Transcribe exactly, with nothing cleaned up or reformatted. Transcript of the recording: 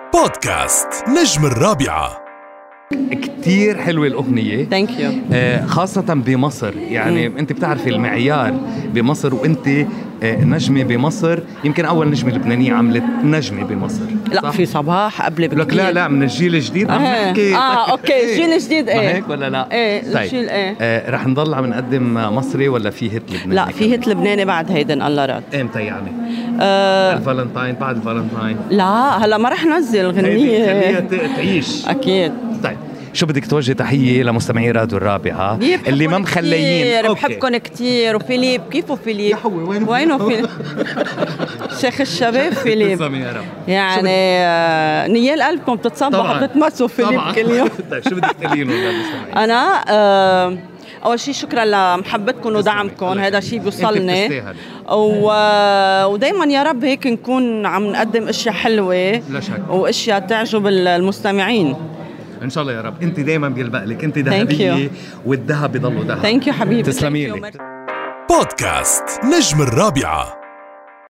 بودكاست نجم الرابعة. كتير حلوة الأغنية. Thank you. آه خاصة بمصر، يعني م. أنت بتعرفي المعيار بمصر، وأنت آه نجمة بمصر، يمكن أول نجمة لبنانية عملت نجمة بمصر. لا صح؟ في صباح قبل بكتير. لك لا لا من الجيل الجديد عم نحكي. اه اوكي الجيل الجديد ايه هيك ولا لا؟ ايه طيب. الجيل ايه آه رح نضل عم نقدم مصري ولا في هيت لبناني؟ لا في هيت لبناني بعد هيدن الله راد. امتى يعني؟ آه الفالنتاين، بعد الفالنتاين. لا هلا ما رح ننزل غنية. خليها تعيش. اكيد. طيب شو بدك توجه تحية لمستمعي راديو الرابعة اللي ما مخليين؟ بحبكم كتير. وفيليب كيفه فيليب؟ يا حوي وينه؟ وينه فيليب؟ شيخ الشباب فيليب. يا رب. يعني آه نيال قلبكم بتتصبحوا بتتمسوا فيليب كل يوم. طيب شو بدك تقولي لهم للمستمعين؟ أنا آه أول شيء شكرا لمحبتكم ودعمكم، هذا شيء بيوصلني و... ودايما يا رب هيك نكون عم نقدم اشياء حلوه واشياء تعجب المستمعين ان شاء الله يا رب. انت دايما بيلبق لك، انت ذهبيه والذهب بيضله ذهب. ثانك يو حبيبي. تسلمي لي. بودكاست نجم الرابعة.